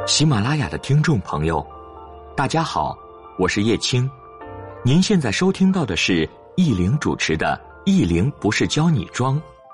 喜马拉雅的听众朋友，大家好，我是叶青。您现在收听到的是易玲主持的《易玲不是教你装》。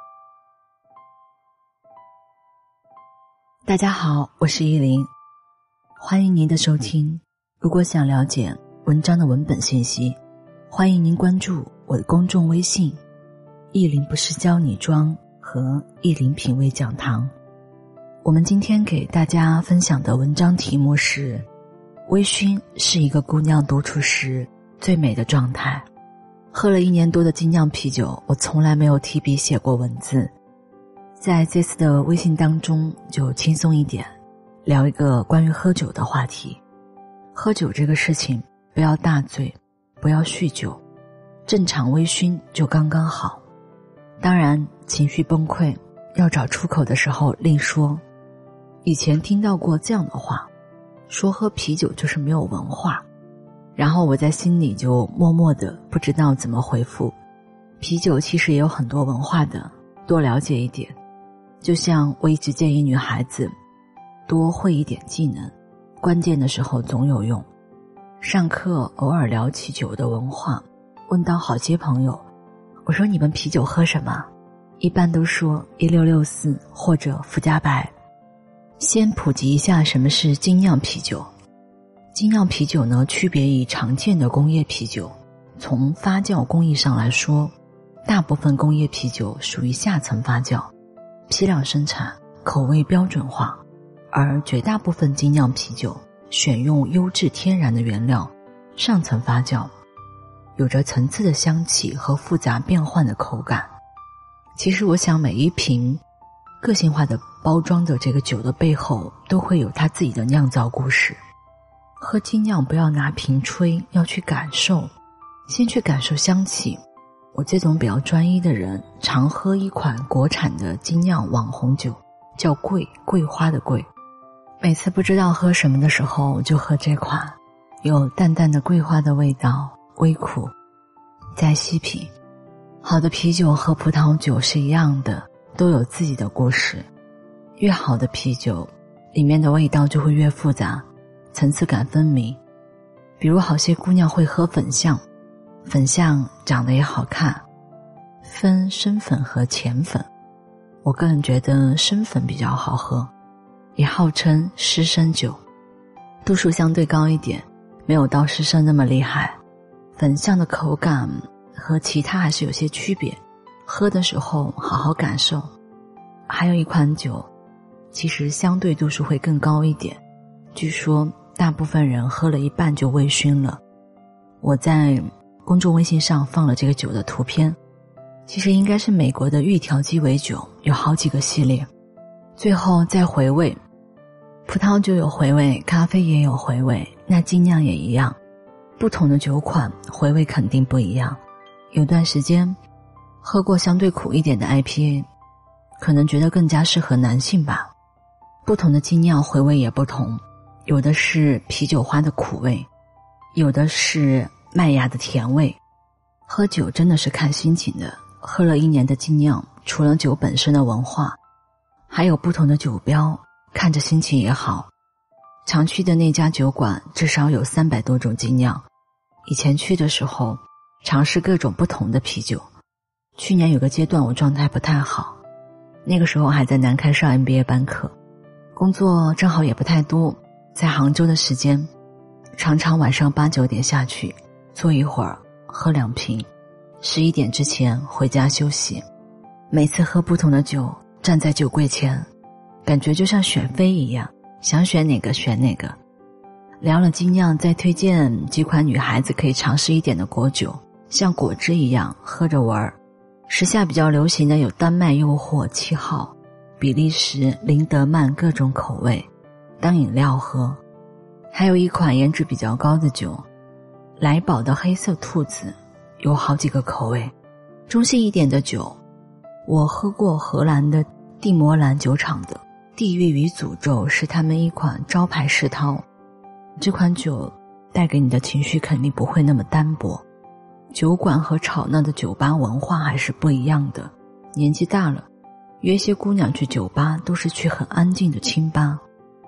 大家好，我是易玲，欢迎您的收听。如果想了解文章的文本信息，欢迎您关注我的公众微信易玲不是教你装和易玲品味讲堂。我们今天给大家分享的文章题目是微醺是一个姑娘独处时最美的状态。喝了1年多的精酿啤酒，我从来没有提笔写过文字，在这次的微信当中就轻松一点，聊一个关于喝酒的话题。喝酒这个事情，不要大醉，不要酗酒，正常微醺就刚刚好。当然情绪崩溃要找出口的时候另说。以前听到过这样的话，说喝啤酒就是没有文化，然后我在心里就默默的不知道怎么回复。啤酒其实也有很多文化的，多了解一点。就像我一直建议女孩子多会一点技能，关键的时候总有用。上课偶尔聊起酒的文化，问到好些朋友，我说你们啤酒喝什么？一般都说1664或者福加白。先普及一下什么是精酿啤酒。精酿啤酒呢，区别于常见的工业啤酒。从发酵工艺上来说，大部分工业啤酒属于下层发酵，批量生产，口味标准化，而绝大部分精酿啤酒选用优质天然的原料，上层发酵，有着层次的香气和复杂变换的口感。其实我想每一瓶个性化的包装的这个酒的背后都会有它自己的酿造故事。喝精酿不要拿瓶吹，要去感受，先去感受香气。我这种比较专一的人常喝一款国产的精酿网红酒，叫桂花的桂。每次不知道喝什么的时候就喝这款，有淡淡的桂花的味道，微苦，再细品。好的啤酒和葡萄酒是一样的，都有自己的故事。越好的啤酒里面的味道就会越复杂，层次感分明。比如好些姑娘会喝粉象，粉象长得也好看，分深粉和浅粉。我个人觉得深粉比较好喝，也号称湿身酒，度数相对高一点，没有到湿身那么厉害。粉象的口感和其他还是有些区别，喝的时候好好感受。还有一款酒其实相对度数会更高一点，据说大部分人喝了一半就微醺了。我在公众微信上放了这个酒的图片，其实应该是美国的玉条鸡尾酒，有好几个系列。最后再回味，葡萄酒有回味，咖啡也有回味，那精酿也一样。不同的酒款回味肯定不一样。有段时间喝过相对苦一点的 IPA， 可能觉得更加适合男性吧。不同的精酿回味也不同，有的是啤酒花的苦味，有的是麦芽的甜味。喝酒真的是看心情的，喝了1年的精酿，除了酒本身的文化，还有不同的酒标，看着心情也好。常去的那家酒馆至少有300多种精酿，以前去的时候尝试各种不同的啤酒。去年有个阶段我状态不太好，那个时候还在南开上 MBA 班课，工作正好也不太多，在杭州的时间常常晚上8、9点下去坐一会儿，喝2瓶，11点之前回家休息。每次喝不同的酒，站在酒柜前，感觉就像选妃一样，想选哪个选哪个。聊了精酿，再推荐几款女孩子可以尝试一点的果酒，像果汁一样喝着玩儿。时下比较流行的有丹麦诱惑7号、比利时林德曼各种口味，当饮料喝。还有一款颜值比较高的酒，来宝的黑色兔子，有好几个口味。中性一点的酒，我喝过荷兰的蒂摩兰酒厂的地狱与诅咒，是他们一款招牌世涛。这款酒带给你的情绪肯定不会那么单薄。酒馆和吵闹的酒吧文化还是不一样的。年纪大了，约些姑娘去酒吧都是去很安静的清吧。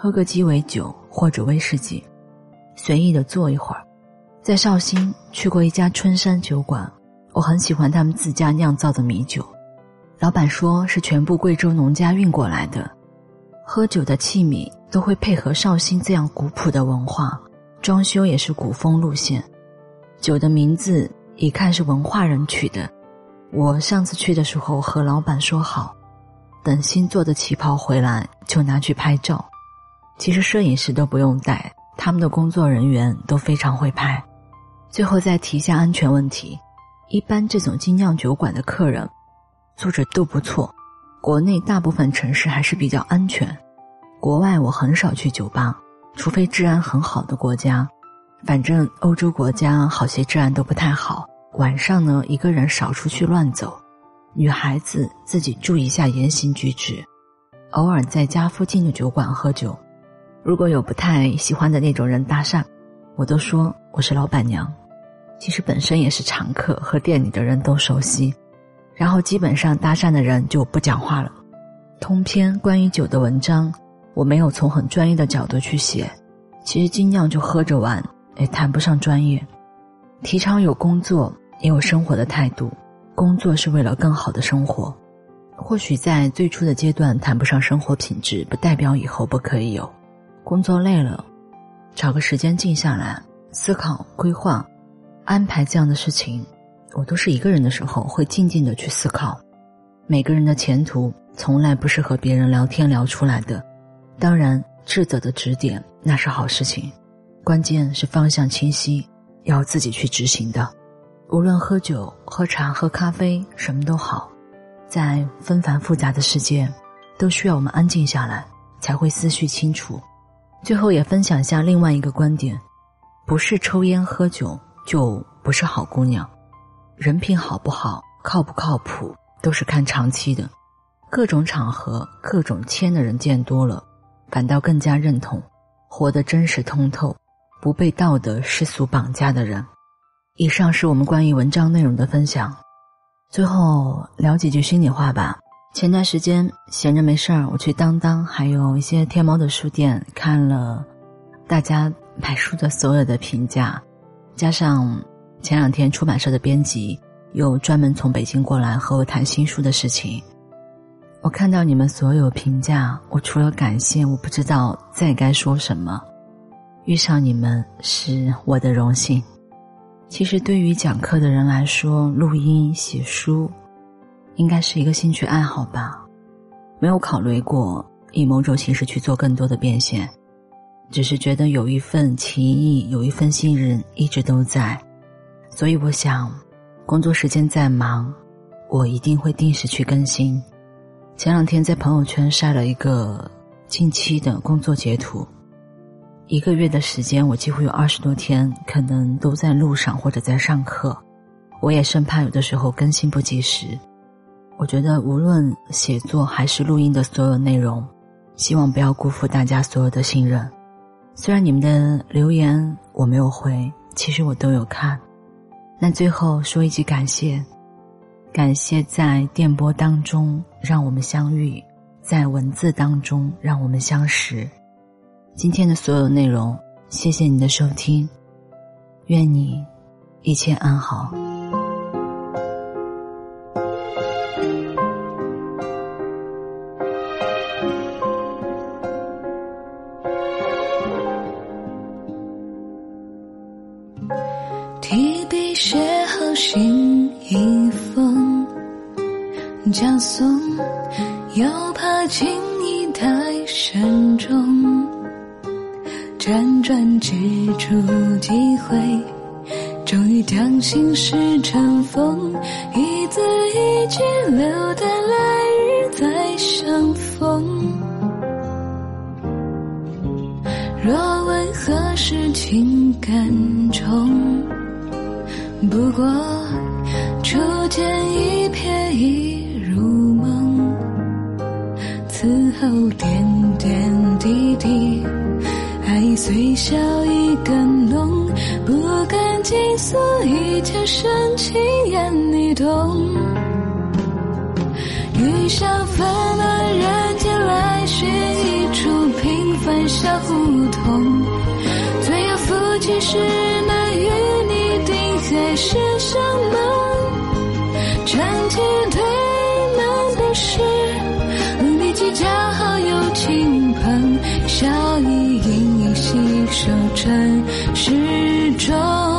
喝个鸡尾酒或者威士忌，随意的坐一会儿。在绍兴去过一家春山酒馆，我很喜欢他们自家酿造的米酒，老板说是全部贵州农家运过来的。喝酒的器皿都会配合绍兴这样古朴的文化，装修也是古风路线。酒的名字一看是文化人取的，我上次去的时候和老板说好，等新做的旗袍回来就拿去拍照。其实摄影师都不用带，他们的工作人员都非常会拍。最后再提一下安全问题，一般这种精酿酒馆的客人素质都不错，国内大部分城市还是比较安全。国外我很少去酒吧，除非治安很好的国家，反正欧洲国家好些治安都不太好。晚上呢，一个人少出去乱走，女孩子自己注意一下言行举止，偶尔在家附近的酒馆喝酒。如果有不太喜欢的那种人搭讪，我都说我是老板娘，其实本身也是常客，和店里的人都熟悉，然后基本上搭讪的人就不讲话了。通篇关于酒的文章我没有从很专业的角度去写，其实精酿就喝着玩，也谈不上专业。提倡有工作也有生活的态度，工作是为了更好的生活。或许在最初的阶段谈不上生活品质，不代表以后不可以有。工作累了，找个时间静下来思考规划安排这样的事情，我都是一个人的时候会静静的去思考。每个人的前途从来不是和别人聊天聊出来的，当然智者的指点那是好事情，关键是方向清晰，要自己去执行的。无论喝酒喝茶喝咖啡什么都好，在纷繁复杂的世界都需要我们安静下来，才会思绪清楚。最后也分享一下另外一个观点，不是抽烟喝酒就不是好姑娘，人品好不好靠不靠谱都是看长期的。各种场合各种签的人见多了，反倒更加认同活得真实通透，不被道德世俗绑架的人。以上是我们关于文章内容的分享。最后聊几句心里话吧。前段时间闲着没事儿，我去当当还有一些天猫的书店看了大家买书的所有的评价，加上前两天出版社的编辑又专门从北京过来和我谈新书的事情，我看到你们所有评价，我除了感谢我不知道再该说什么。遇上你们是我的荣幸。其实对于讲课的人来说，录音写书应该是一个兴趣爱好吧，没有考虑过以某种形式去做更多的变现，只是觉得有一份情谊有一份信任一直都在。所以我想工作时间再忙，我一定会定时去更新。前两天在朋友圈晒了一个近期的工作截图，1个月的时间我几乎有20多天可能都在路上或者在上课，我也生怕有的时候更新不及时。我觉得无论写作还是录音的所有内容，希望不要辜负大家所有的信任。虽然你们的留言我没有回，其实我都有看。那最后说一句感谢，感谢在电波当中让我们相遇，在文字当中让我们相识。今天的所有内容，谢谢你的收听，愿你一切安好。 提笔写好心一封，将送又怕轻易太慎重，辗转几处机会，终于将心事成风，一字一句留待来日再相逢。若问何时情感重，不过初见一瞥已入梦，此后点点滴滴，爱虽小意更浓，不敢倾诉一切深情眼你懂。雨下纷乱人间来寻一处平翻下胡同，最有福气是能与你定海誓相盟，长期对门的事，你几家好友亲朋，笑意盈盈携手成始终。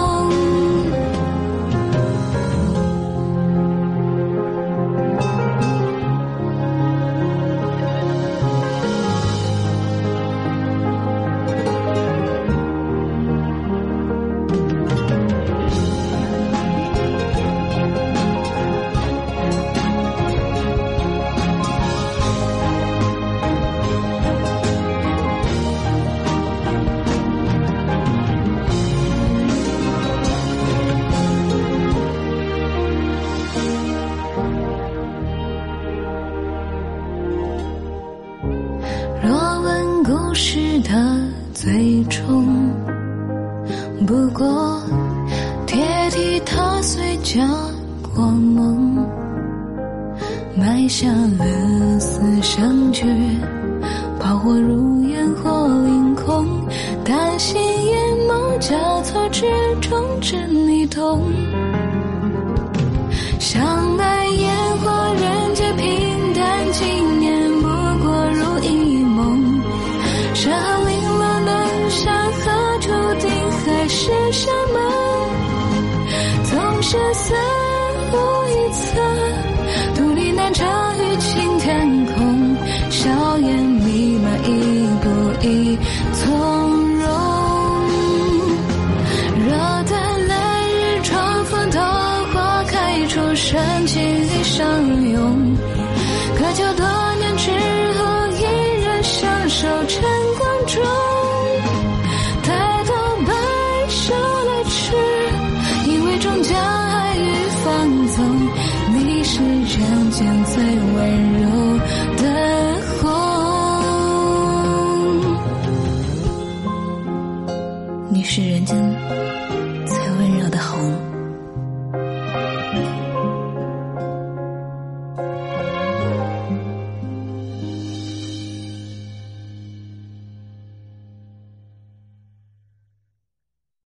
若问故事的最终，不过铁蹄踏碎家国梦，埋下了思乡诀，炮火如烟火凌空，担心眼眸交错之中只你懂。相爱烟火人间平淡，今年不过如一梦，山林乱伦山河注定海誓山盟，总是似无一策，独立难察雨晴天空，笑颜弥漫一步一从容，热的来日窗风透花开出深情里相拥，可就多年之后依然相守晨光中，待到白首来迟，因为终将爱与放纵，你是人间最温柔的红，你是人间最温柔的红。